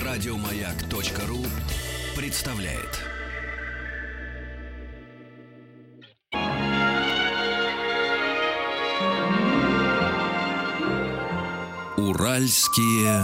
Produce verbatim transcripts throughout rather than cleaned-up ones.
Радиомаяк.ру представляет. Уральские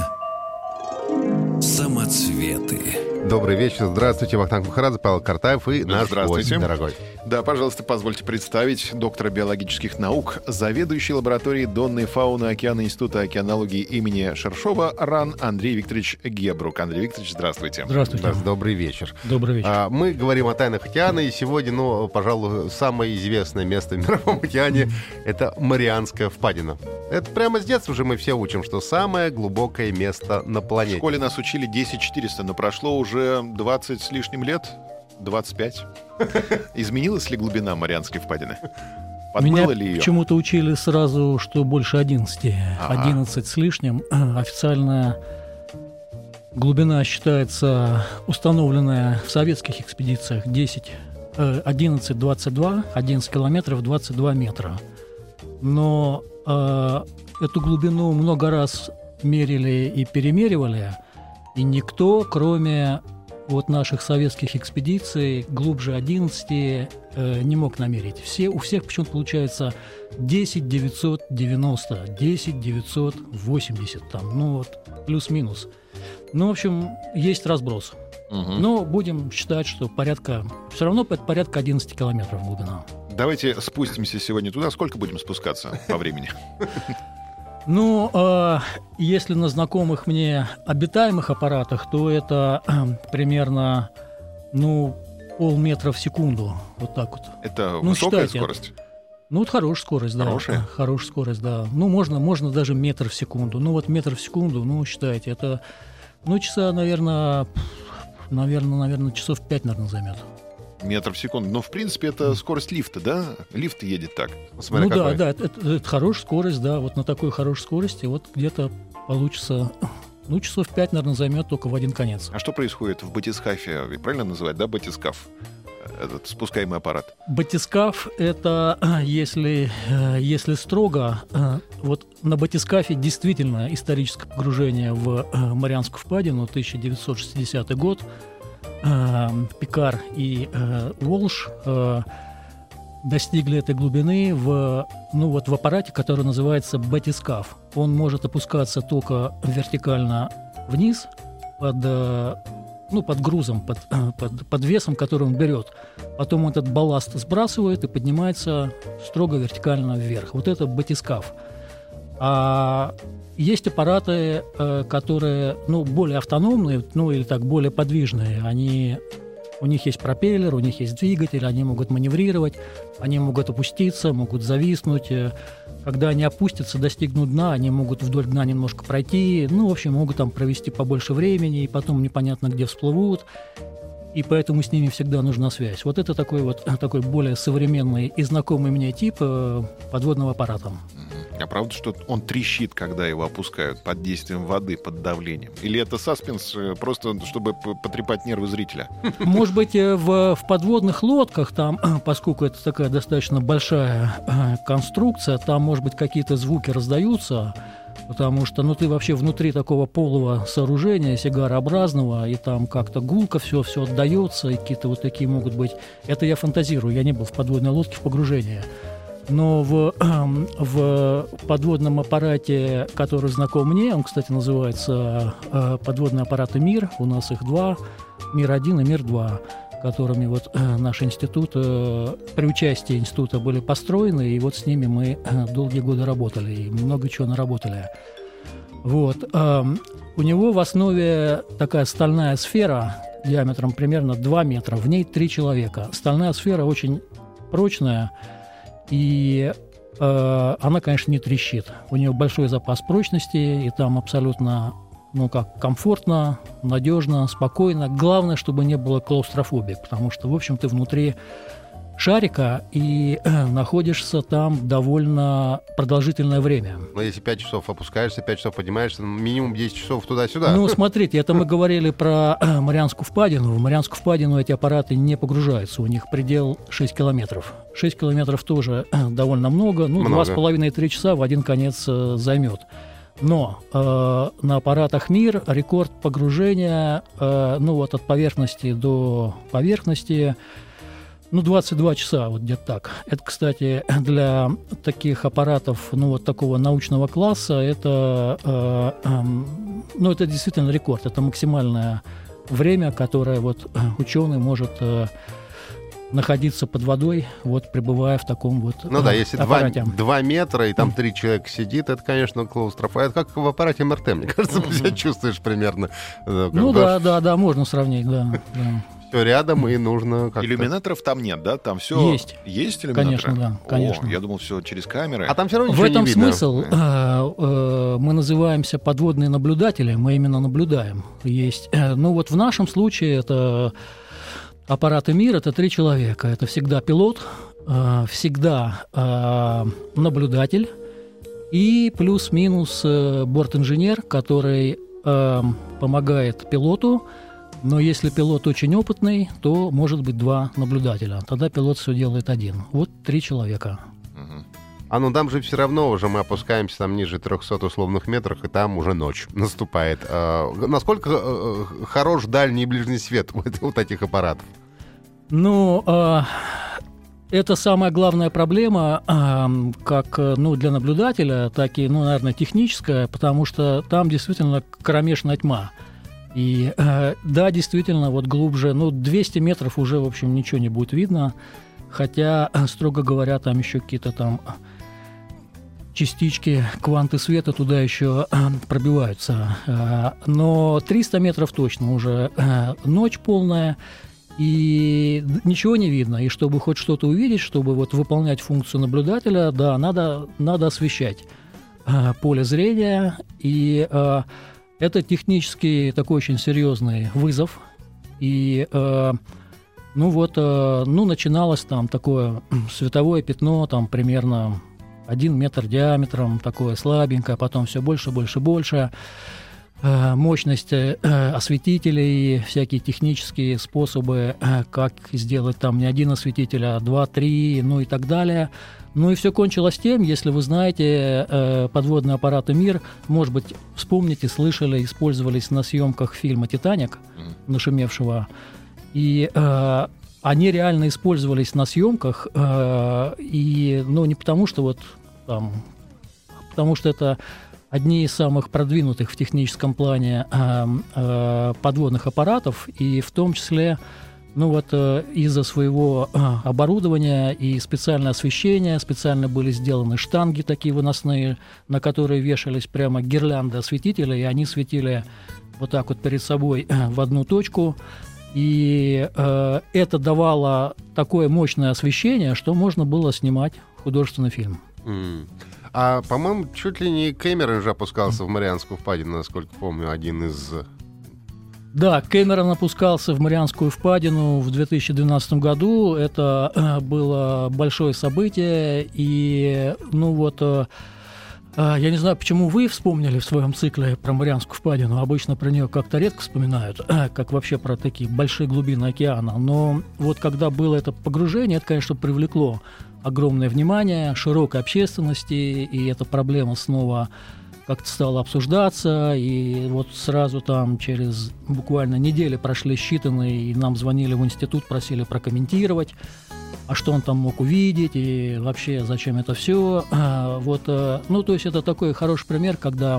самоцветы. Добрый вечер. Здравствуйте, Вахтанг Махарадзе, Павел Картаев и наш гость дорогой. Да, пожалуйста, позвольте представить доктора биологических наук, заведующий лабораторией донной фауны океана Института океанологии имени Шершова РАН Андрей Викторович Гебрук. Андрей Викторович, здравствуйте. Здравствуйте. Да, добрый вечер. Добрый вечер. А, мы говорим о тайнах океана, и сегодня, ну, пожалуй, самое известное место в Мировом океане — это Марианская впадина. Это прямо с детства уже мы все учим, что самое глубокое место на планете. В школе нас учили десять четыреста, но прошло уже двадцать с лишним лет, двадцать пять. Изменилась ли глубина Марианской впадины? Подмыло ли ее? Меня почему-то учили сразу, что больше одиннадцати. Ага. одиннадцать с лишним. Официальная глубина считается установленная в советских экспедициях десять, одиннадцать, двадцать два, одиннадцать километров, двадцать два метра. Но э, эту глубину много раз мерили и перемеривали, и никто, кроме вот наших советских экспедиций, глубже одиннадцати э, не мог намерить. Все, у всех почему-то получается десять девятьсот девяносто, десять девятьсот восемьдесят, там, ну вот, плюс-минус. Ну, в общем, есть разброс. Угу. Но будем считать, что порядка, все равно это порядка одиннадцати километров глубина. Давайте спустимся сегодня туда. Сколько будем спускаться по времени? Ну, э, если на знакомых мне обитаемых аппаратах, то это э, примерно, ну, полметра в секунду. Вот так вот. Это ну, высокая считайте, скорость? Ну, вот хорошая скорость, да. Хорошая? Хорошая скорость, да. Ну, можно, можно даже метр в секунду. Ну, вот метр в секунду, ну, считайте, это, ну, часа, наверное, наверное, наверное, часов пять, наверное, займет. Метр в секунду. Но, в принципе, это скорость лифта, да? Лифт едет так. Смотря ну какой. да, да, это, это, это хорошая скорость, да. Вот на такой хорошей скорости вот где-то получится, ну, часов пять, наверное, займет только в один конец. А что происходит в батискафе? Правильно называть, да, батискаф? Этот спускаемый аппарат. Батискаф — это, если, если строго, вот на батискафе действительно историческое погружение в Марианскую впадину, тысяча девятьсот шестидесятый год. Пикар и э, Уолш э, достигли этой глубины в, ну, вот в аппарате, который называется батискаф. Он может опускаться только вертикально вниз под, э, ну, под грузом, под, э, под, под весом, который он берет. Потом он этот балласт сбрасывает и поднимается строго вертикально вверх. Вот это батискаф. А есть аппараты, которые, ну, более автономные, ну, или так, более подвижные. Они, у них есть пропеллер, у них есть двигатель, они могут маневрировать, они могут опуститься, могут зависнуть. Когда они опустятся, достигнут дна, они могут вдоль дна немножко пройти, ну, в общем, могут там провести побольше времени, и потом непонятно где всплывут. И поэтому с ними всегда нужна связь. Вот это такой вот такой более современный и знакомый мне тип подводного аппарата. А правда, что он трещит, когда его опускают под действием воды, под давлением? Или это саспенс, просто чтобы потрепать нервы зрителя? Может быть, в, в подводных лодках, там, поскольку это такая достаточно большая конструкция, там, может быть, какие-то звуки раздаются, потому что, ну, ты вообще внутри такого полого сооружения, сигарообразного, и там как-то гулко все, все отдается, и какие-то вот такие могут быть. Это я фантазирую, я не был в подводной лодке в погружении. Но в, в подводном аппарате, который знаком мне, он, кстати, называется подводные аппараты «Мир», у нас их два, «Мир-один» и «Мир-два», которыми вот наш институт, при участии института были построены, и вот с ними мы долгие годы работали, и много чего наработали. Вот. У него в основе такая стальная сфера диаметром примерно два метра, в ней три человека. Стальная сфера очень прочная, и э, она, конечно, не трещит. У нее большой запас прочности, и там абсолютно, ну как, комфортно, надежно, спокойно. Главное, чтобы не было клаустрофобии, потому что, в общем, ты внутри шарика и э, находишься там довольно продолжительное время. Но если пять часов опускаешься, пять часов поднимаешься, минимум десять часов туда-сюда. Ну, смотрите, это мы говорили про э, Марианскую впадину. В Марианскую впадину эти аппараты не погружаются. У них предел шесть километров. шесть километров тоже э, довольно много. Ну, два с половиной - три часа в один конец э, займет. Но э, на аппаратах МИР рекорд погружения э, ну, вот от поверхности до поверхности ну, двадцать два часа, вот где-то так. Это, кстати, для таких аппаратов, ну, вот такого научного класса, это, э, э, ну, это действительно рекорд. Это максимальное время, которое вот ученый может э, находиться под водой, вот пребывая в таком вот Ну э, да, если аппарате. два метра и там три человека сидит, это, конечно, клаустрофобия. Это как в аппарате эм эр тэ, мне кажется, ты себя чувствуешь примерно. Ну да, да, да, можно сравнить, да. да. Все рядом, и нужно как-то... Иллюминаторов там нет, да? Там все... Есть. Есть иллюминаторы? Конечно, да, конечно. О, я думал, все через камеры. А там все равно В ничего этом не видно. смысл. Э, э, мы называемся подводные наблюдатели, мы именно наблюдаем. Есть, э, ну вот в нашем случае это аппараты МИР, это три человека. Это всегда пилот, э, всегда э, наблюдатель и плюс-минус э, борт-инженер, который э, помогает пилоту. Но если пилот очень опытный, то может быть два наблюдателя. Тогда пилот все делает один. Вот три человека. А ну там же все равно уже мы опускаемся там ниже трехсот условных метров, и там уже ночь наступает. А, насколько а, хорош дальний и ближний свет у вот этих аппаратов? Ну, э, это самая главная проблема, э, как ну, для наблюдателя, так и, ну, наверное, техническая, потому что там действительно кромешная тьма. И э, да, действительно, вот глубже, ну, двести метров уже, в общем, ничего не будет видно, хотя, строго говоря, там еще какие-то там частички, кванты света туда еще э, пробиваются. Э, но триста метров точно уже э, ночь полная, и ничего не видно. И чтобы хоть что-то увидеть, чтобы вот выполнять функцию наблюдателя, да, надо, надо освещать э, поле зрения, и... Э, Это технически такой очень серьезный вызов. И, э, ну вот, э, ну, начиналось там такое световое пятно, там примерно один метр диаметром, такое слабенькое, потом все больше, больше, больше. Э, мощность э, осветителей, всякие технические способы, э, как сделать там не один осветитель, а два, три, ну и так далее. Ну и все кончилось тем, если вы знаете э, подводные аппараты МИР, может быть, вспомните, слышали, использовались на съемках фильма «Титаник», нашумевшего, и э, они реально использовались на съемках, э, и, ну, не потому что вот там, потому что это одни из самых продвинутых в техническом плане э, э, подводных аппаратов, и в том числе... Ну вот э, из-за своего э, оборудования и специальное освещение, специально были сделаны штанги такие выносные, на которые вешались прямо гирлянды осветителей, и они светили вот так вот перед собой э, в одну точку. И э, это давало такое мощное освещение, что можно было снимать художественный фильм. Mm. А, по-моему, чуть ли не Кэмерон же опускался в Марианскую впадину, насколько помню, один из... Да, Кэмерон опускался в Марианскую впадину в две тысячи двенадцатом году. Это э, было большое событие. И, ну вот, э, э, я не знаю, почему вы вспомнили в своем цикле про Марианскую впадину. Обычно про нее как-то редко вспоминают, э, как вообще про такие большие глубины океана. Но вот когда было это погружение, это, конечно, привлекло огромное внимание широкой общественности. И эта проблема снова... как-то стало обсуждаться, и вот сразу там через буквально недели прошли считанные, и нам звонили в институт, просили прокомментировать, а что он там мог увидеть, и вообще зачем это все. Вот, ну, то есть это такой хороший пример, когда,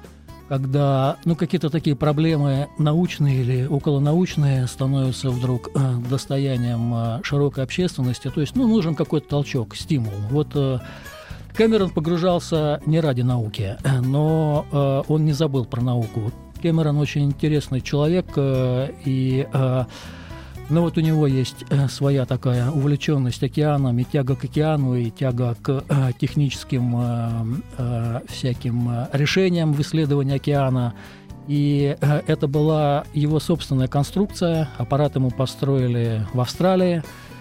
когда ну, какие-то такие проблемы научные или околонаучные становятся вдруг достоянием широкой общественности, то есть, ну, нужен какой-то толчок, стимул. Вот Кэмерон погружался не ради науки, но э, он не забыл про науку. Кэмерон очень интересный человек, э, и э, ну вот у него есть э, своя такая увлеченность океаном, и тяга к океану, и тяга к э, техническим э, э, всяким э, решениям в исследовании океана. И э, это была его собственная конструкция. Аппарат ему построили в Австралии.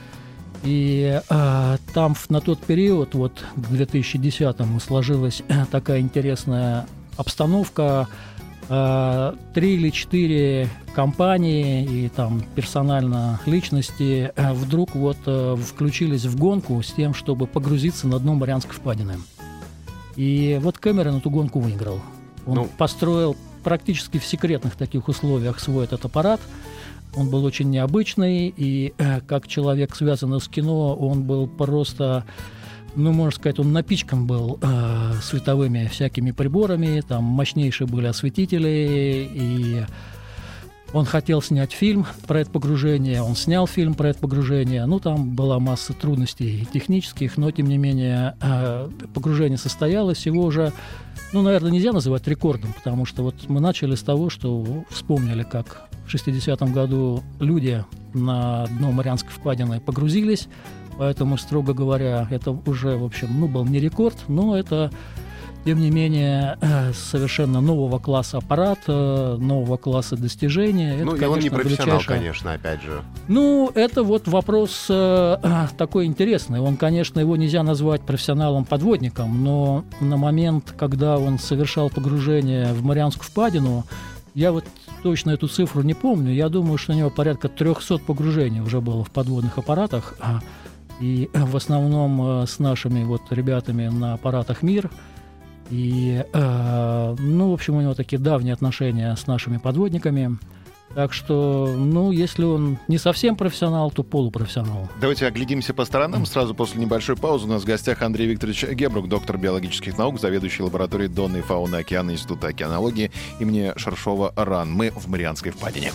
И э, там на тот период, вот к две тысячи десятому, сложилась э, такая интересная обстановка. Э, три или четыре компании и там персонально личности э, вдруг вот э, включились в гонку с тем, чтобы погрузиться на дно Марианской впадины. И вот Кэмерон эту гонку выиграл. Он Ну. построил практически в секретных таких условиях свой этот аппарат. Он был очень необычный, и э, как человек, связанный с кино, он был просто, ну, можно сказать, он напичкан был э, световыми всякими приборами, там мощнейшие были осветители, и он хотел снять фильм про это погружение, он снял фильм про это погружение. Ну, там была масса трудностей технических, но, тем не менее, э, погружение состоялось. Его уже, ну, наверное, нельзя называть рекордом, потому что вот мы начали с того, что вспомнили, как в шестидесятом году люди на дно Марианской впадины погрузились, поэтому, строго говоря, это уже, в общем, ну, был не рекорд, но это, тем не менее, совершенно нового класса аппарат, нового класса достижения. Это, Ну, и конечно, он не профессионал, величайшее... конечно, опять же. Ну, это вот вопрос э, такой интересный. Он, конечно, его нельзя назвать профессионалом-подводником, но на момент, когда он совершал погружение в Марианскую впадину, я вот точно эту цифру не помню, я думаю, что у него порядка трехсот погружений уже было в подводных аппаратах, и в основном с нашими вот ребятами на аппаратах «Мир». И, э, ну, в общем, у него такие давние отношения с нашими подводниками. Так что, ну, если он не совсем профессионал, то полупрофессионал. Давайте оглядимся по сторонам. Сразу после небольшой паузы у нас в гостях Андрей Викторович Гебрук, доктор биологических наук, заведующий лабораторией донной фауны океана Института океанологии имени Шершова РАН. Мы в Марианской впадине.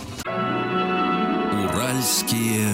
Уральские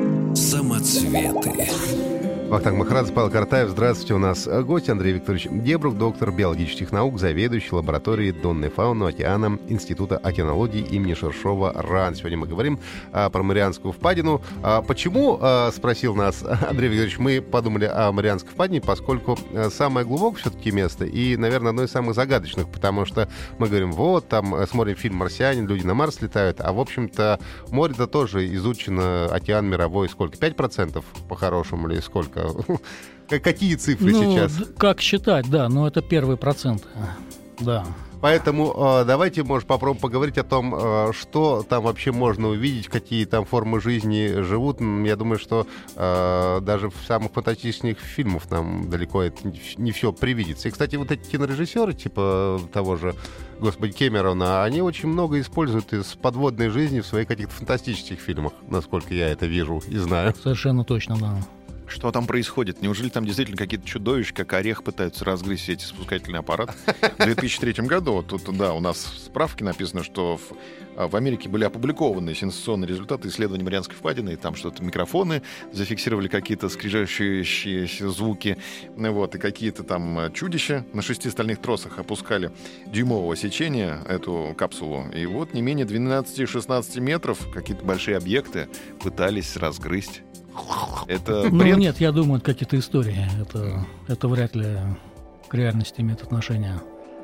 самоцветы. Вахтанг Махарадзе, Павел Картаев. Здравствуйте. У нас гость Андрей Викторович Гебрук, доктор биологических наук, заведующий лабораторией донной фауны океана Института океанологии имени Шершова РАН. Сегодня мы говорим а, про Марианскую впадину. А, почему, а, спросил нас Андрей Викторович, мы подумали о Марианской впадине, поскольку а, самое глубокое все-таки место и, наверное, одно из самых загадочных, потому что мы говорим, вот, там, смотрим фильм «Марсианин», люди на Марс летают, а, в общем-то, море-то тоже изучено, океан мировой, сколько? пять процентов по-хорошему или сколько? Какие цифры ну, сейчас? Как считать, да, но это первый процент, да. Поэтому э, давайте, может, попробуем поговорить о том, э, что там вообще можно увидеть, какие там формы жизни живут. Я думаю, что э, даже в самых фантастических фильмах нам далеко это не все привидится. И, кстати, вот эти кинорежиссеры, типа того же, господи, Кэмерона, они очень много используют из подводной жизни в своих каких-то фантастических фильмах, насколько я это вижу и знаю. Совершенно точно, да. Что там происходит? Неужели там действительно какие-то чудовища, как орех, пытаются разгрызть эти спускательные аппараты? В две тысячи третьем году, тут, да, у нас в справке написано, что в, в Америке были опубликованы сенсационные результаты исследований Марианской впадины, и там что-то микрофоны зафиксировали какие-то скрежещущие звуки, вот, и какие-то там чудища на шести стальных тросах опускали дюймового сечения эту капсулу, и вот не менее двенадцати-шестнадцати метров какие-то большие объекты пытались разгрызть. Это ну бред? Нет, я думаю, это какие-то истории. Это, это вряд ли к реальности имеет отношение.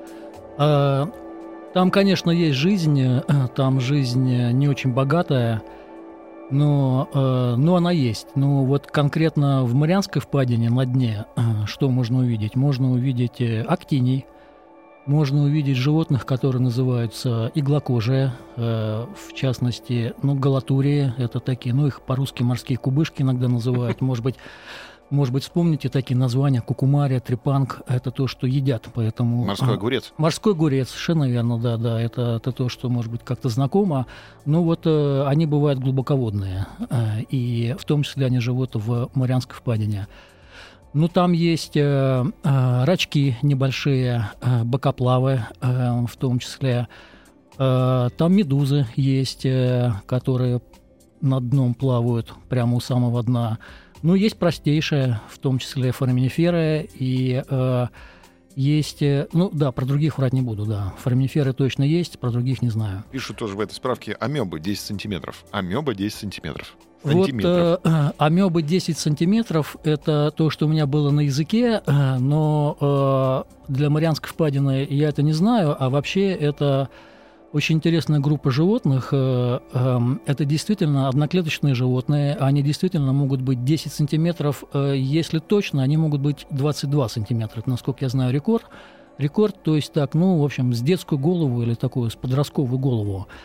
А, там, конечно, есть жизнь, там жизнь не очень богатая, но, но она есть. Но вот конкретно в Марианской впадине на дне что можно увидеть? Можно увидеть актиний, можно увидеть животных, которые называются иглокожие, э, в частности, ну, галатурии, это такие, ну, их по-русски морские кубышки иногда называют, может быть, может быть, вспомните такие названия, кукумария, трепанг, это то, что едят, поэтому... Морской огурец. Морской огурец, совершенно верно, да, да, это, это то, что, может быть, как-то знакомо, но вот э, они бывают глубоководные, э, и в том числе они живут в Марианской впадине. Ну, там есть э, э, рачки небольшие, э, бокоплавы э, в том числе. Э, там медузы есть, э, которые над дном плавают прямо у самого дна. Ну, есть простейшие, в том числе фораминиферы, и э, есть... Э, ну, да, про других врать не буду, да. Фораминиферы точно есть, про других не знаю. Пишут тоже в этой справке амебы десять сантиметров. Амеба десять сантиметров. Вот э, амебы десять сантиметров – это то, что у меня было на языке, э, но э, для Марианской впадины я это не знаю, а вообще это очень интересная группа животных. Э, э, это действительно одноклеточные животные, они действительно могут быть десять сантиметров, э, если точно, они могут быть двадцать два сантиметра, это, насколько я знаю, рекорд. Рекорд, то есть так, ну, в общем, с детскую голову или такую, с подростковую голову.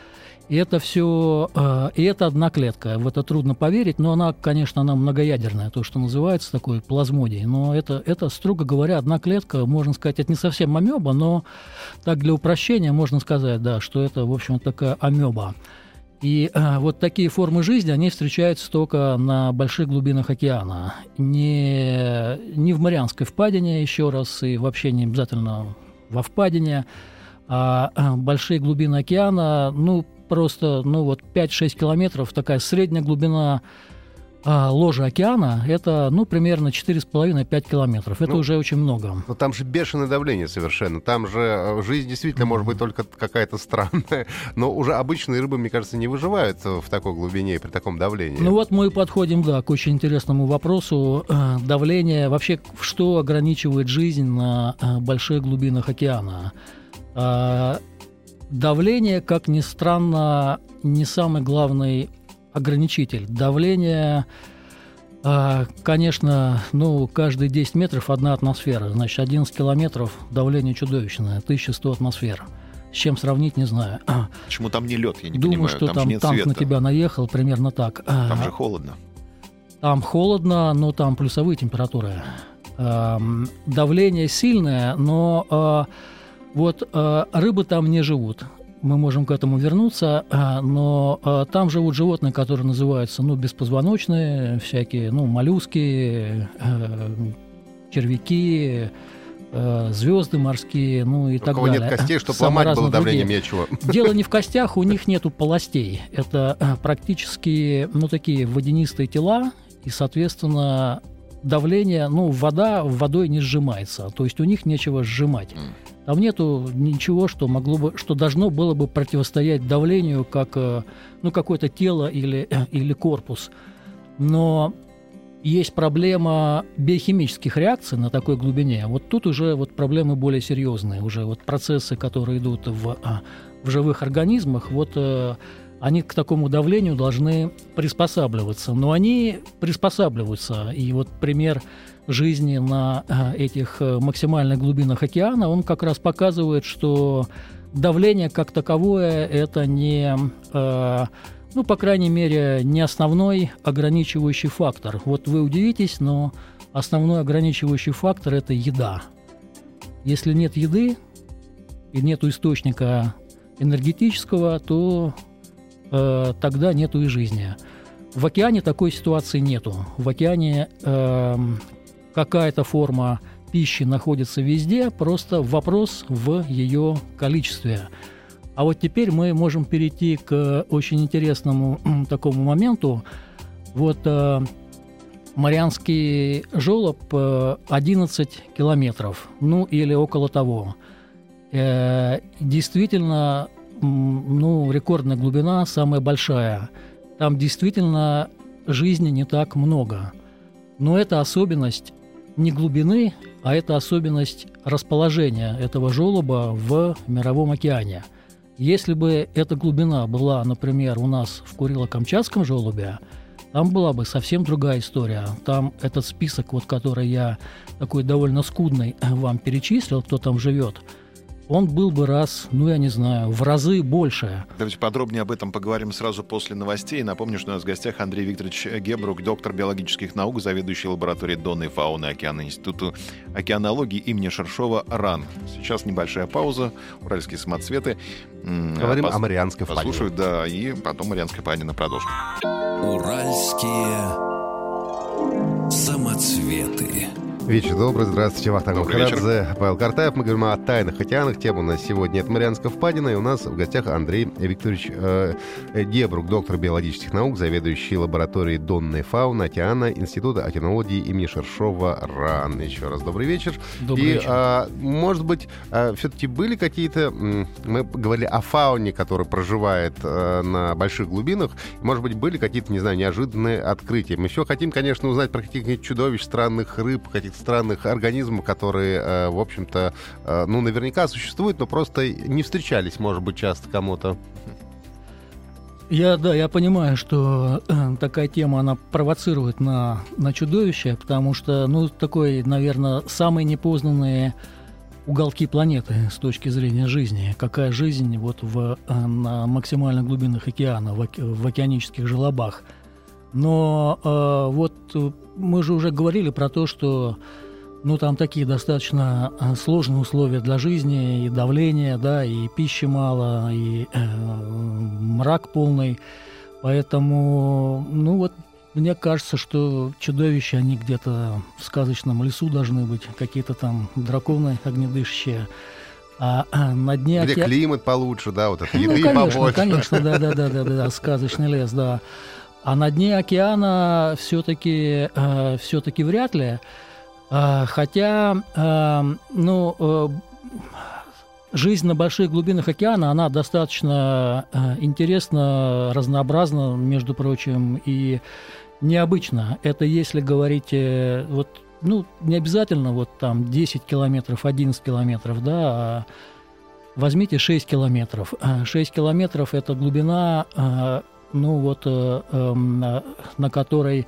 И это все, и это одна клетка. В это трудно поверить, но она, конечно, она многоядерная, то, что называется такой плазмодией. Но это, это, строго говоря, одна клетка, можно сказать, это не совсем амеба, но так для упрощения можно сказать, да, что это, в общем, такая амеба. И а, вот такие формы жизни, они встречаются только на больших глубинах океана. Не, не в Марианской впадине, еще раз, и вообще не обязательно во впадине, а, а большие глубины океана, ну, просто, ну, вот пять-шесть километров, такая средняя глубина а, ложа океана, это, ну, примерно четыре с половиной - пять километров. Это ну, уже очень много. Но там же бешеное давление совершенно. Там же жизнь действительно может быть только какая-то странная. Но уже обычные рыбы, мне кажется, не выживают в такой глубине и при таком давлении. Ну вот мы подходим, да, к очень интересному вопросу. Давление, вообще, что ограничивает жизнь на больших глубинах океана? Давление, как ни странно, не самый главный ограничитель. Давление, конечно, ну, каждые десять метров одна атмосфера. Значит, одиннадцать километров давление чудовищное, тысяча сто атмосфер. С чем сравнить, не знаю. Почему там не лед, я не Думаю, понимаю. что там, там нет танк света. на тебя наехал, примерно так. Там же холодно. Там холодно, но там плюсовые температуры. Давление сильное, но... Вот э, рыбы там не живут. Мы можем к этому вернуться, э, но э, там живут животные, которые называются, ну, беспозвоночные, всякие, ну, моллюски, э, червяки, э, звезды морские, ну и У так кого далее. нет костей, чтобы Самые ломать было разные давлением другие. нечего. Дело не в костях, у них нету полостей. Это э, практически, ну, такие водянистые тела, и, соответственно, давление, ну, вода водой не сжимается, то есть у них нечего сжимать. Там нету ничего, что могло бы, что должно было бы противостоять давлению, как, ну, какое-то тело или, или корпус. Но есть проблема биохимических реакций на такой глубине. Вот тут уже вот проблемы более серьезные, уже вот процессы, которые идут в, в живых организмах, вот они к такому давлению должны приспосабливаться. Но они приспосабливаются. И вот пример жизни на этих максимальных глубинах океана, он как раз показывает, что давление как таковое – это не, ну, по крайней мере, не основной ограничивающий фактор. Вот вы удивитесь, но основной ограничивающий фактор – это еда. Если нет еды и нет источника энергетического, то э, тогда нету и жизни. В океане такой ситуации нету. В океане э, какая-то форма пищи находится везде, просто вопрос в ее количестве. А вот теперь мы можем перейти к очень интересному такому моменту. Вот э, Марианский желоб э, одиннадцать километров, ну или около того. Э, действительно, ну, рекордная глубина, самая большая. Там действительно жизни не так много. Но это особенность не глубины, а это особенность расположения этого желоба в Мировом океане. Если бы эта глубина была, например, у нас в Курило-Камчатском желобе, там была бы совсем другая история. Там этот список, вот, который я такой довольно скудный вам перечислил, кто там живет, он был бы раз, ну, я не знаю, в разы больше. Давайте подробнее об этом поговорим сразу после новостей. Напомню, что у нас в гостях Андрей Викторович Гебрук, доктор биологических наук, заведующий лабораторией Донной фауны океана Института океанологии имени Шершова РАН. Сейчас небольшая пауза. Уральские самоцветы. Говорим Пос... о Марианской впадине. Послушают, да, и потом Марианская впадина продолжим. Уральские самоцветы. Вечер добрый, здравствуйте, Вахтанг Махарадзе, Павел Картаев. Мы говорим о тайных океанах. Тема у нас сегодня — это Марианская впадина. И у нас в гостях Андрей Викторович э, Гебрук, доктор биологических наук, заведующий лабораторией Донной фауны океана Института океанологии имени Шершова РАН. Еще раз добрый вечер. Добрый И, вечер. А, может быть, а, все-таки были какие-то... Мы говорили о фауне, которая проживает а, на больших глубинах. Может быть, были какие-то, не знаю, неожиданные открытия. Мы еще хотим, конечно, узнать про каких-нибудь чудовищ, странных рыб, каких-то странных организмов, которые, в общем-то, ну, наверняка существуют, но просто не встречались, может быть, часто кому-то. Я, да, я понимаю, что э, такая тема, она провоцирует на, на чудовище, потому что, ну, такой, наверное, самый непознанный уголки планеты с точки зрения жизни. Какая жизнь вот в, на максимальных глубинах океана, в, оке, в океанических желобах. Но э, вот мы же уже говорили про то, что ну, там такие достаточно сложные условия для жизни, и давление, да, и пищи мало, и э, мрак полный. Поэтому, ну вот, мне кажется, что чудовища, они где-то в сказочном лесу должны быть, какие-то там драконы огнедышащие. А, а на дне Где оке... климат получше, да, вот это еды ну, конечно, побольше. Конечно, да-да-да, сказочный лес, да. А на дне океана все-таки, э, все-таки вряд ли. Э, хотя, э, ну, э, жизнь на больших глубинах океана, она достаточно э, интересна, разнообразна, между прочим, и необычна. Это если говорить, э, вот, ну, не обязательно вот там десять километров, одиннадцать километров, да, а возьмите шесть километров. шесть километров – это глубина, э, ну, вот, э, э, на которой,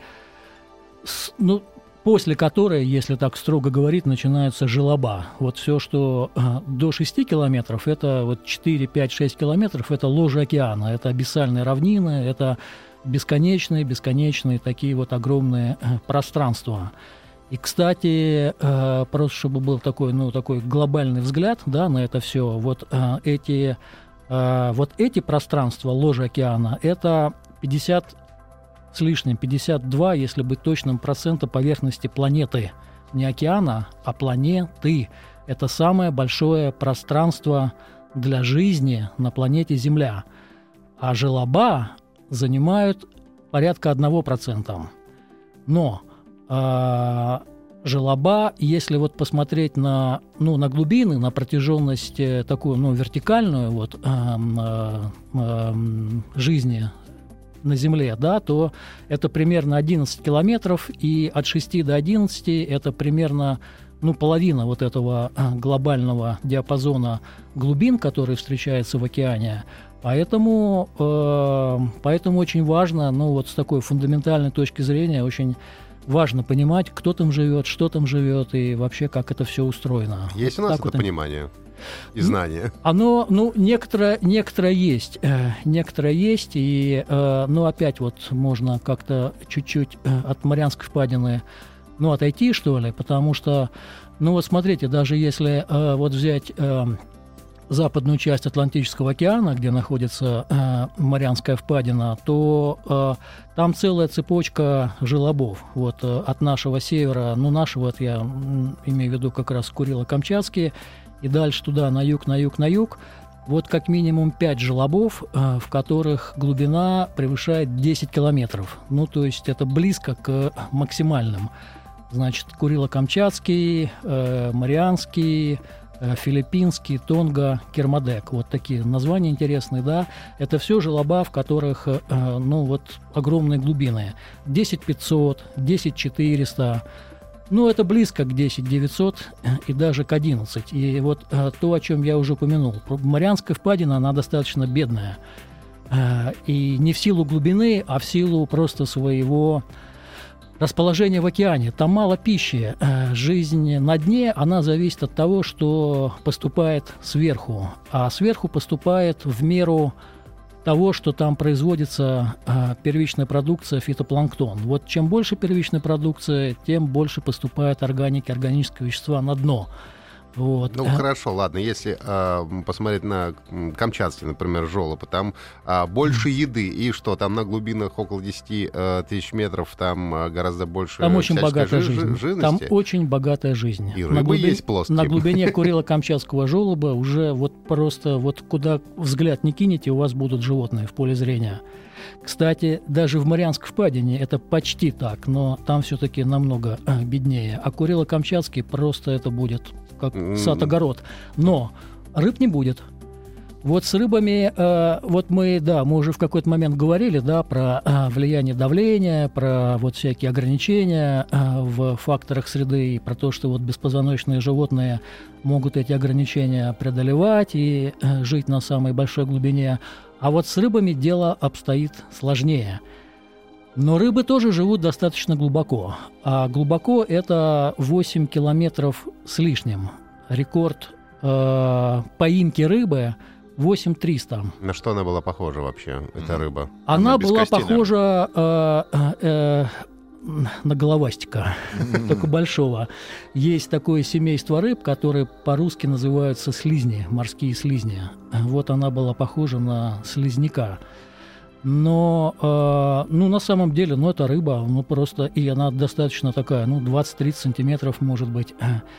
ну, после которой, если так строго говорить, начинаются желоба. Вот все, что э, до шести километров, это вот четыре, пять, шесть километров, это ложе океана, это абиссальные равнины, это бесконечные, бесконечные такие вот огромные э, пространства. И, кстати, э, просто чтобы был такой, ну, такой глобальный взгляд, да, на это все, вот э, эти, э, вот эти пространства ложе океана, это пятьдесят с лишним, пятьдесят два, если быть точным, процента поверхности планеты. Не океана, а планеты. Это самое большое пространство для жизни на планете Земля. А желоба занимают порядка одного процента. Но э, желоба, если вот посмотреть на, ну, на глубины, на протяженность такую, ну, вертикальную вот, э, э, э, жизни на Земле, да, то это примерно одиннадцать километров, и от шести до одиннадцати это примерно, ну, половина вот этого глобального диапазона глубин, которые встречаются в океане. Поэтому, э, поэтому очень важно, ну, вот с такой фундаментальной точки зрения, очень важно понимать, кто там живет, что там живет и вообще как это все устроено. Есть вот у нас это вот понимание и знание? Оно, ну, некоторое, некоторое есть, э, некоторое есть, и, э, ну, опять вот можно как-то чуть-чуть э, от Марианской впадины, ну, отойти, что ли, потому что, ну, вот смотрите, даже если э, вот взять э, западную часть Атлантического океана, где находится э, Марианская впадина, то э, там целая цепочка желобов. Вот э, от нашего севера, ну, нашего, вот я м, имею в виду как раз Курило-Камчатский, и дальше туда, на юг, на юг, на юг, вот как минимум пять желобов, э, в которых глубина превышает десять километров. Ну, то есть это близко к максимальным. Значит, Курило-Камчатский, э, Марианский, э, Филиппинский, Тонга, Кермадек. Вот такие названия интересные, да. Это все желоба, в которых, э, ну, вот огромные глубины. десять пятьсот, десять четыреста. Ну, это близко к десять девятьсот и даже к одиннадцать. И вот э, то, о чем я уже упомянул. Марианская впадина, она достаточно бедная. Э, и не в силу глубины, а в силу просто своего расположения в океане. Там мало пищи. Э, жизнь на дне, она зависит от того, что поступает сверху. А сверху поступает в меру того, что там производится э, первичная продукция, фитопланктон. Вот чем больше первичной продукции, тем больше поступает органики, органические вещества на дно. Вот. Ну, хорошо, ладно, если э, посмотреть на Камчатский, например, желоб, там э, больше еды, и что, там на глубинах около десяти э, тысяч метров, там э, гораздо больше там очень богатая жи- жизнь. живности. Там очень богатая жизнь. И на рыбы глубине, есть плоские. На глубине Курило-Камчатского желоба уже вот просто, вот куда взгляд не кинете, у вас будут животные в поле зрения. Кстати, даже в Марианской впадине это почти так, но там все-таки намного э, беднее. А Курило-Камчатский просто это будет как сад-огород. Но рыб не будет. Вот с рыбами, э, вот мы, да, мы уже в какой-то момент говорили, да, про э, влияние давления, про вот всякие ограничения э, в факторах среды, и про то, что вот беспозвоночные животные могут эти ограничения преодолевать и э, жить на самой большой глубине. А вот с рыбами дело обстоит сложнее. Но рыбы тоже живут достаточно глубоко. А глубоко это восемь километров с лишним. рекорд э, поимки рыбы восемь тысяч триста. На что она была похожа вообще, эта Мгм. рыба? Она Она без была костей, похожа э, э, э, на головастика, только большого. Есть такое семейство рыб, которые по-русски называются слизни, морские слизни. Вот она была похожа на слизняка. Но, э, ну, на самом деле, ну, это рыба, ну, просто, и она достаточно такая, ну, двадцать-тридцать сантиметров, может быть.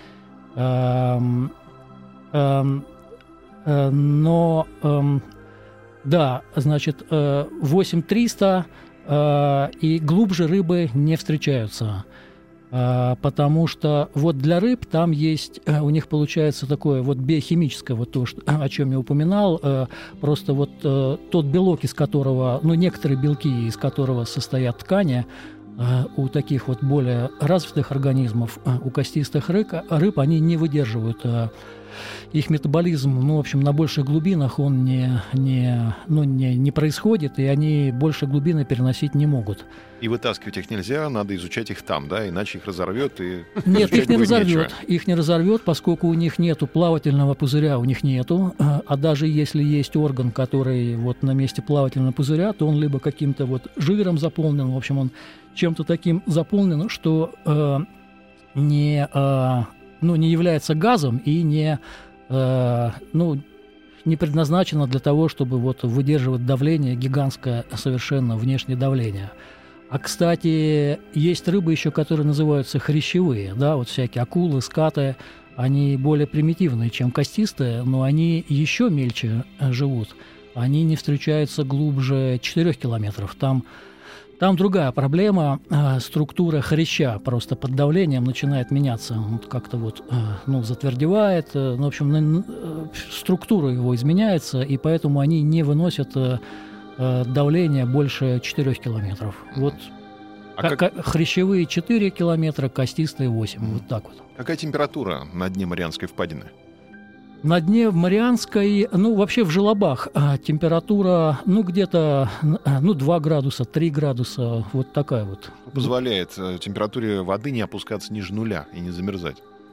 Эм, эм, э, но, эм, да, значит, э, восемь тысяч триста, э, и глубже рыбы не встречаются. Э, потому что вот для рыб там есть, э, у них получается такое вот биохимическое, вот то, что, о чем я упоминал, э, просто вот э, тот белок, из которого, ну, некоторые белки, из которого состоят ткани, э, у таких вот более развитых организмов, э, у костистых рыб, рыб, они не выдерживают. Э, их метаболизм, ну, в общем, на больших глубинах он не, не, ну, не, не происходит, и они больше глубины переносить не могут. И вытаскивать их нельзя, надо изучать их там, да, иначе их разорвет и... Нет, изучать их не будет разорвет. нечего. Их не разорвет, поскольку у них нету плавательного пузыря, у них нету. А даже если есть орган, который вот на месте плавательного пузыря, то он либо каким-то вот жиром заполнен, в общем, он чем-то таким заполнен, что э, не, э, ну, не является газом и не, э, ну, не предназначено для того, чтобы вот выдерживать давление, гигантское совершенно внешнее давление. А, кстати, есть рыбы еще, которые называются хрящевые, да, вот всякие акулы, скаты, они более примитивные, чем костистые, но они еще мельче живут. Они не встречаются глубже четырёх километров. Там, там другая проблема, э, структура хряща просто под давлением начинает меняться. Он как-то вот, э, ну, затвердевает, э, ну, в общем, на, э, структура его изменяется, и поэтому они не выносят... Э, давление больше четырёх километров. Вот А как... как- хрящевые четыре километра, костистые восемь. Вот так вот. Какая температура на дне Марианской впадины? На дне в Марианской, ну, вообще в желобах а, температура, ну, где-то, а, ну, два градуса, три градуса, вот такая вот. Позволяет э, температуре воды не опускаться ниже нуля и не замерзать.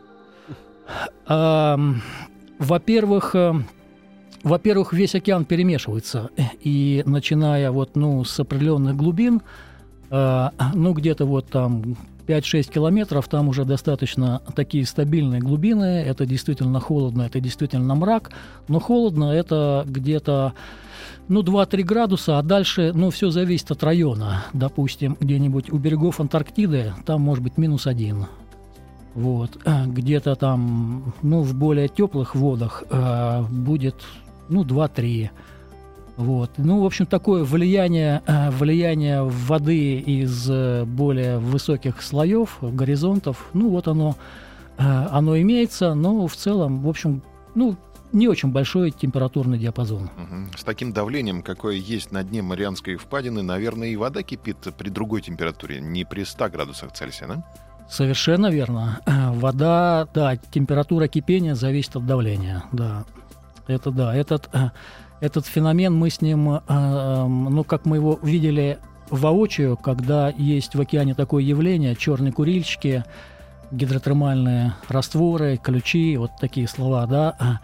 А, во-первых, а, во-первых, весь океан перемешивается, и начиная вот, ну, с определенных глубин, э, ну, где-то вот там пять-шесть километров, там уже достаточно такие стабильные глубины, это действительно холодно, это действительно мрак, но холодно это где-то, ну, два-три градуса, а дальше, ну, все зависит от района. Допустим, где-нибудь у берегов Антарктиды там может быть минус один. Вот. Где-то там, ну, в более теплых водах э, будет, ну, два-три. Вот. Ну, в общем, такое влияние, э, влияние воды из э, более высоких слоев, горизонтов, ну, вот оно, э, оно имеется, но в целом, в общем, ну, не очень большой температурный диапазон. Мгм. С таким давлением, какое есть на дне Марианской впадины, наверное, и вода кипит при другой температуре, не при ста градусах Цельсия, да? Совершенно верно. Э, Вода, да, температура кипения зависит от давления, да. Это да, этот, э, этот феномен мы с ним, э, э, ну, как мы его видели воочию, когда есть в океане такое явление, черные курильщики, гидротермальные растворы, ключи, вот такие слова, да.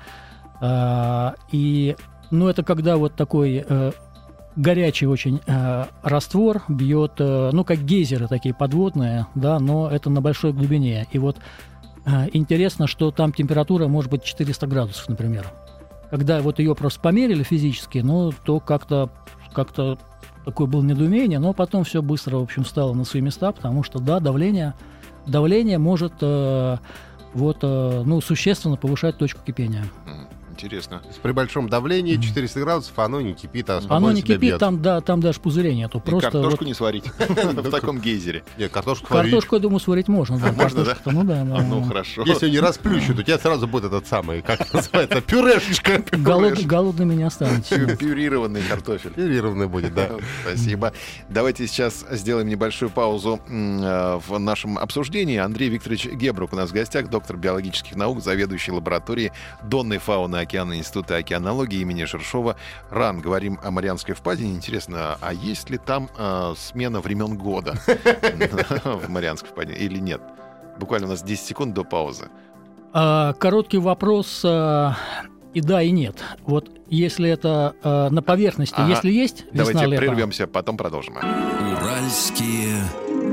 Э, И, ну, это когда вот такой... э, горячий очень э, раствор бьет, э, ну, как гейзеры такие подводные, да, но это на большой глубине. И вот э, интересно, что там температура может быть четыреста градусов, например. Когда вот ее просто померили физически, ну, то как-то, как-то такое было недоумение, но потом все быстро, в общем, стало на свои места, потому что, да, давление, давление может э, вот, э, ну, существенно повышать точку кипения. М, Интересно. То есть при большом давлении четыреста градусов оно не кипит, а спокойно Оно не себя кипит, бьет. там, да, там даже пузырей нету. И Просто картошку вот не сварить в таком гейзере. Нет, картошку сварить. картошку, я думаю, сварить можно. Да, Можно, да? картошку-то, ну да, да. Ну, хорошо. Если не расплющут, у тебя сразу будет этот самый, как это называется, пюрешечка. Голод, голодными не останетесь. Пю- Пюрированный картофель. Пюрированный будет, да. Спасибо. Давайте сейчас сделаем небольшую паузу м, э, в нашем обсуждении. Андрей Викторович Гебрук у нас в гостях, доктор биологических наук, заведующий лабораторией донной фауны океана Института океанологии имени Шершова РАН. Говорим о Марианской впадине. Интересно, а есть ли там э, смена времен года в Марианской впадине или нет? Буквально у нас десять секунд до паузы. А, короткий вопрос а, и да, и нет. Вот если это а, на поверхности, Ага. если есть весна, Давайте лето, прервемся, потом продолжим. Уральские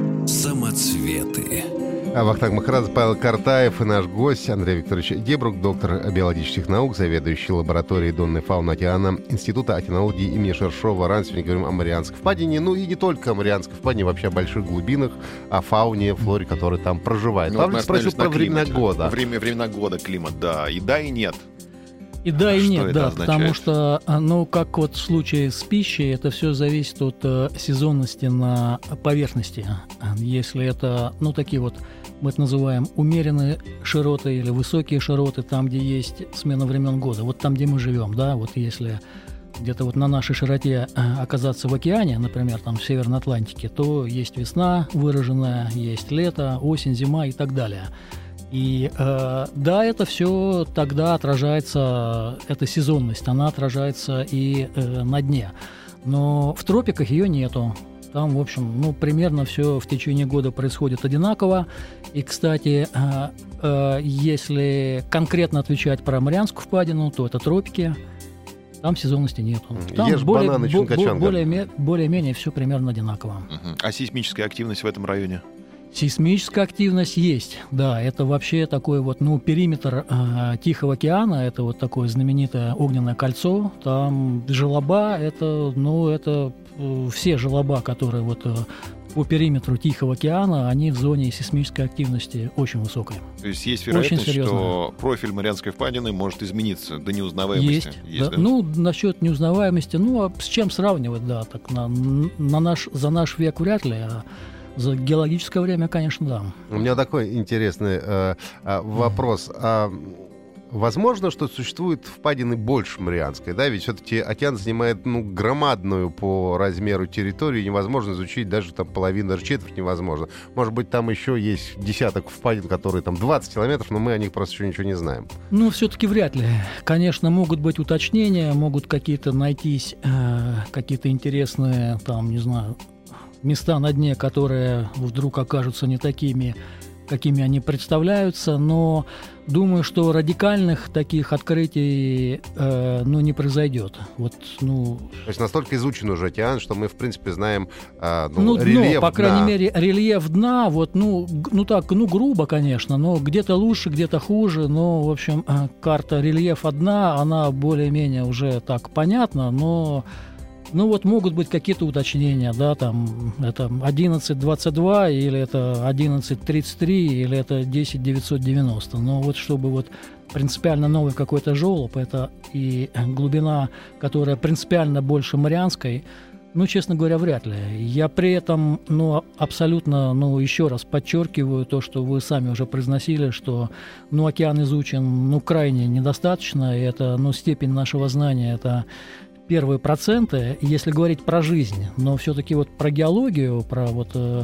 самоцветы. А Вахтанг Махарадзе, Павел Картаев и наш гость Андрей Викторович Дебрук, доктор биологических наук, заведующий лабораторией донной фауны океана Института океанологии имени Шершова. Ранее сегодня говорим о Марианской впадине. Ну и не только о Марианской впадине, вообще о больших глубинах, о фауне, флоре, которые там проживают. Ну, Павел вот мы спросил остановились про на времена климате. года. Время, времена года, климат, да. И да, и нет. И да, и Что нет, это да, означает? потому что, а, ну, как вот в случае с пищей, это все зависит от э, сезонности на поверхности. Если это, ну, такие вот, мы это называем умеренные широты или высокие широты, там, где есть смена времен года, вот там, где мы живем, да, вот если где-то вот на нашей широте э, оказаться в океане, например, там в Северной Атлантике, то есть весна выраженная, есть лето, осень, зима и так далее. И э, да, это все тогда отражается, эта сезонность, она отражается и э, на дне. Но в тропиках ее нету. Там, в общем, ну, примерно все в течение года происходит одинаково. И, кстати, э, э, если конкретно отвечать про Марианскую впадину, то это тропики. Там сезонности нету. Там Ешь более, бананы, бо- Чингачанга. более, более-менее все примерно одинаково. Мгм. А сейсмическая активность в этом районе? Сейсмическая активность есть, да, это вообще такой вот, ну, периметр э, Тихого океана, это вот такое знаменитое огненное кольцо, там желоба, это, ну, это э, все желоба, которые вот э, по периметру Тихого океана, они в зоне сейсмической активности очень высокая. То есть есть Очень вероятность, серьезно. что профиль Марианской впадины может измениться до неузнаваемости? Есть, да. да? Ну, насчет неузнаваемости, ну, а с чем сравнивать, да, так на, на наш, за наш век вряд ли, а за геологическое время, конечно, да. У меня такой интересный э, э, вопрос. А, возможно, что существует впадины больше Марианской, да? Ведь все-таки океан занимает, ну, громадную по размеру территорию, невозможно изучить даже там половину, даже четверть невозможно. Может быть, там еще есть десяток впадин, которые там двадцать километров, но мы о них просто еще ничего не знаем. Ну, все-таки вряд ли. Конечно, могут быть уточнения, могут какие-то найтись э, какие-то интересные, там, не знаю, места на дне, которые вдруг окажутся не такими, какими они представляются, но думаю, что радикальных таких открытий э, ну, не произойдет. Вот, ну, То есть настолько изучен уже океан, что мы, в принципе, знаем э, ну, ну, дно, рельеф по крайней дна. мере, рельеф дна, вот, ну, г- ну так, ну, грубо, конечно, но где-то лучше, где-то хуже, но, в общем, э, карта рельефа дна, она более-менее уже так понятна, но ну вот могут быть какие-то уточнения, да, там это одиннадцать двадцать два или это одиннадцать тридцать три или это десять девятьсот девяносто. Но вот чтобы вот принципиально новый какой-то желоб, это и глубина, которая принципиально больше Марианской, ну, честно говоря, вряд ли. Я при этом, ну, абсолютно, ну, еще раз подчеркиваю то, что вы сами уже произносили, что, ну, океан изучен, ну, крайне недостаточно, и это, ну, степень нашего знания, это первые проценты, если говорить про жизнь, но все-таки вот про геологию, про вот э,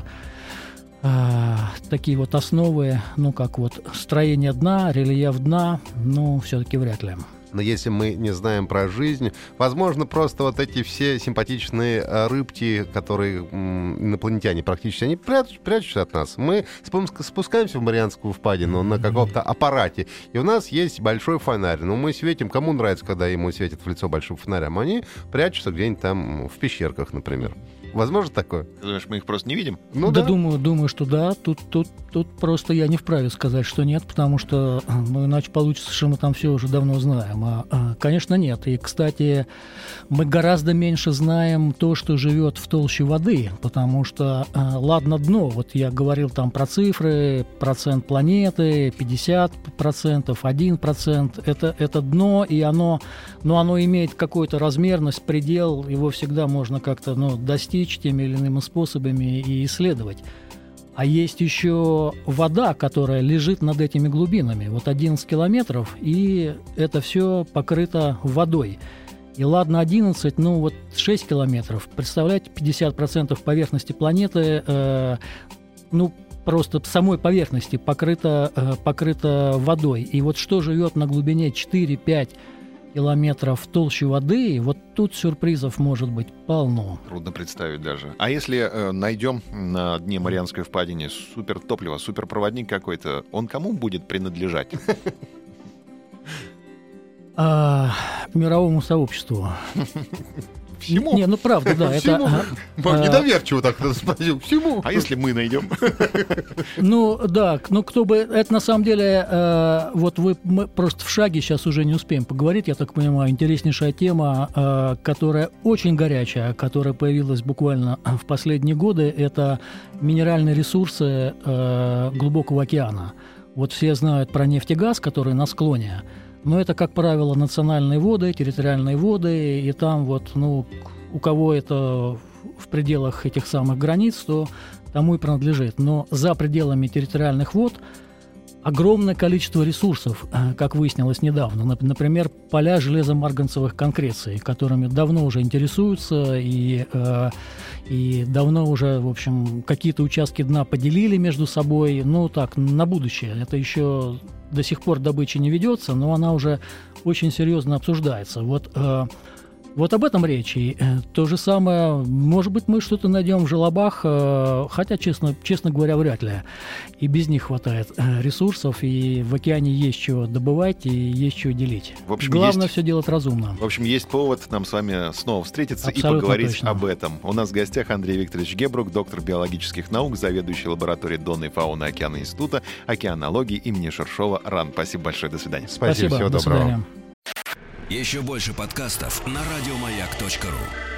э, такие вот основы, ну как вот строение дна, рельеф дна, ну все-таки вряд ли. Но если мы не знаем про жизнь, возможно, просто вот эти все симпатичные э, рыбки, которые м, инопланетяне практически, они прячут, прячутся от нас. Мы спуск- спускаемся в Марианскую впадину на каком-то аппарате, и у нас есть большой фонарь. Ну, мы светим, кому нравится, когда ему светят в лицо большим фонарем, они прячутся где-нибудь там в пещерках, например. Возможно такое? Ты думаешь, мы их просто не видим? Ну да, да. думаю, думаю, что да. Тут, тут, тут просто я не вправе сказать, что нет, потому что, ну, иначе получится, что мы там все уже давно знаем. А, а, конечно, нет. И, кстати, мы гораздо меньше знаем то, что живет в толще воды, потому что, а, ладно, дно. Вот я говорил там про цифры, процент планеты, пятьдесят процентов, один процент. Это, это дно, и оно, ну, оно имеет какую-то размерность, предел, его всегда можно как-то, ну, достичь теми или иными способами и исследовать. А есть еще вода, которая лежит над этими глубинами. Вот одиннадцать километров, и это все покрыто водой. И ладно одиннадцать, ну вот шесть километров. Представляете, пятьдесят процентов поверхности планеты, э, ну просто самой поверхности покрыто, э, покрыто водой. И вот что живет на глубине четыре, пять, километров толще воды, вот тут сюрпризов может быть полно. Трудно представить даже. А если э, найдем на дне Марианской впадины супертопливо, суперпроводник какой-то, он кому будет принадлежать? А, мировому сообществу. Всему? Не, ну правда, да. Всему? Это, Вам а, недоверчиво так спросил. Всему? А если мы найдем? Ну да, ну кто бы... Это на самом деле, э, вот вы мы просто в шаге сейчас уже не успеем поговорить, я так понимаю, интереснейшая тема, э, которая очень горячая, которая появилась буквально в последние годы, это минеральные ресурсы э, глубокого океана. Вот все знают про нефть и газ, которые на склоне, но это, как правило, национальные воды, территориальные воды, и там вот, ну, у кого это в пределах этих самых границ, то тому и принадлежит. Но за пределами территориальных вод огромное количество ресурсов, как выяснилось недавно. Например, поля железомарганцевых конкреций, которыми давно уже интересуются и, э, и давно уже, в общем, какие-то участки дна поделили между собой. Ну, так, на будущее. Это еще до сих пор добыча не ведется, но она уже очень серьезно обсуждается. Вот... Э, Вот об этом речь. И то же самое, может быть, мы что-то найдем в желобах, хотя, честно, честно говоря, вряд ли. И без них хватает ресурсов, и в океане есть чего добывать, и есть чего делить. В общем, главное есть... все делать разумно. В общем, есть повод нам с вами снова встретиться Абсолютно и поговорить точно. об этом. У нас в гостях Андрей Викторович Гебрук, доктор биологических наук, заведующий лабораторией Донной фауны океана Института океанологии имени Шершова РАН. Спасибо большое, до свидания. Спасибо, Спасибо, всего до доброго. свидания. Еще больше подкастов на радиомаяк точка ру.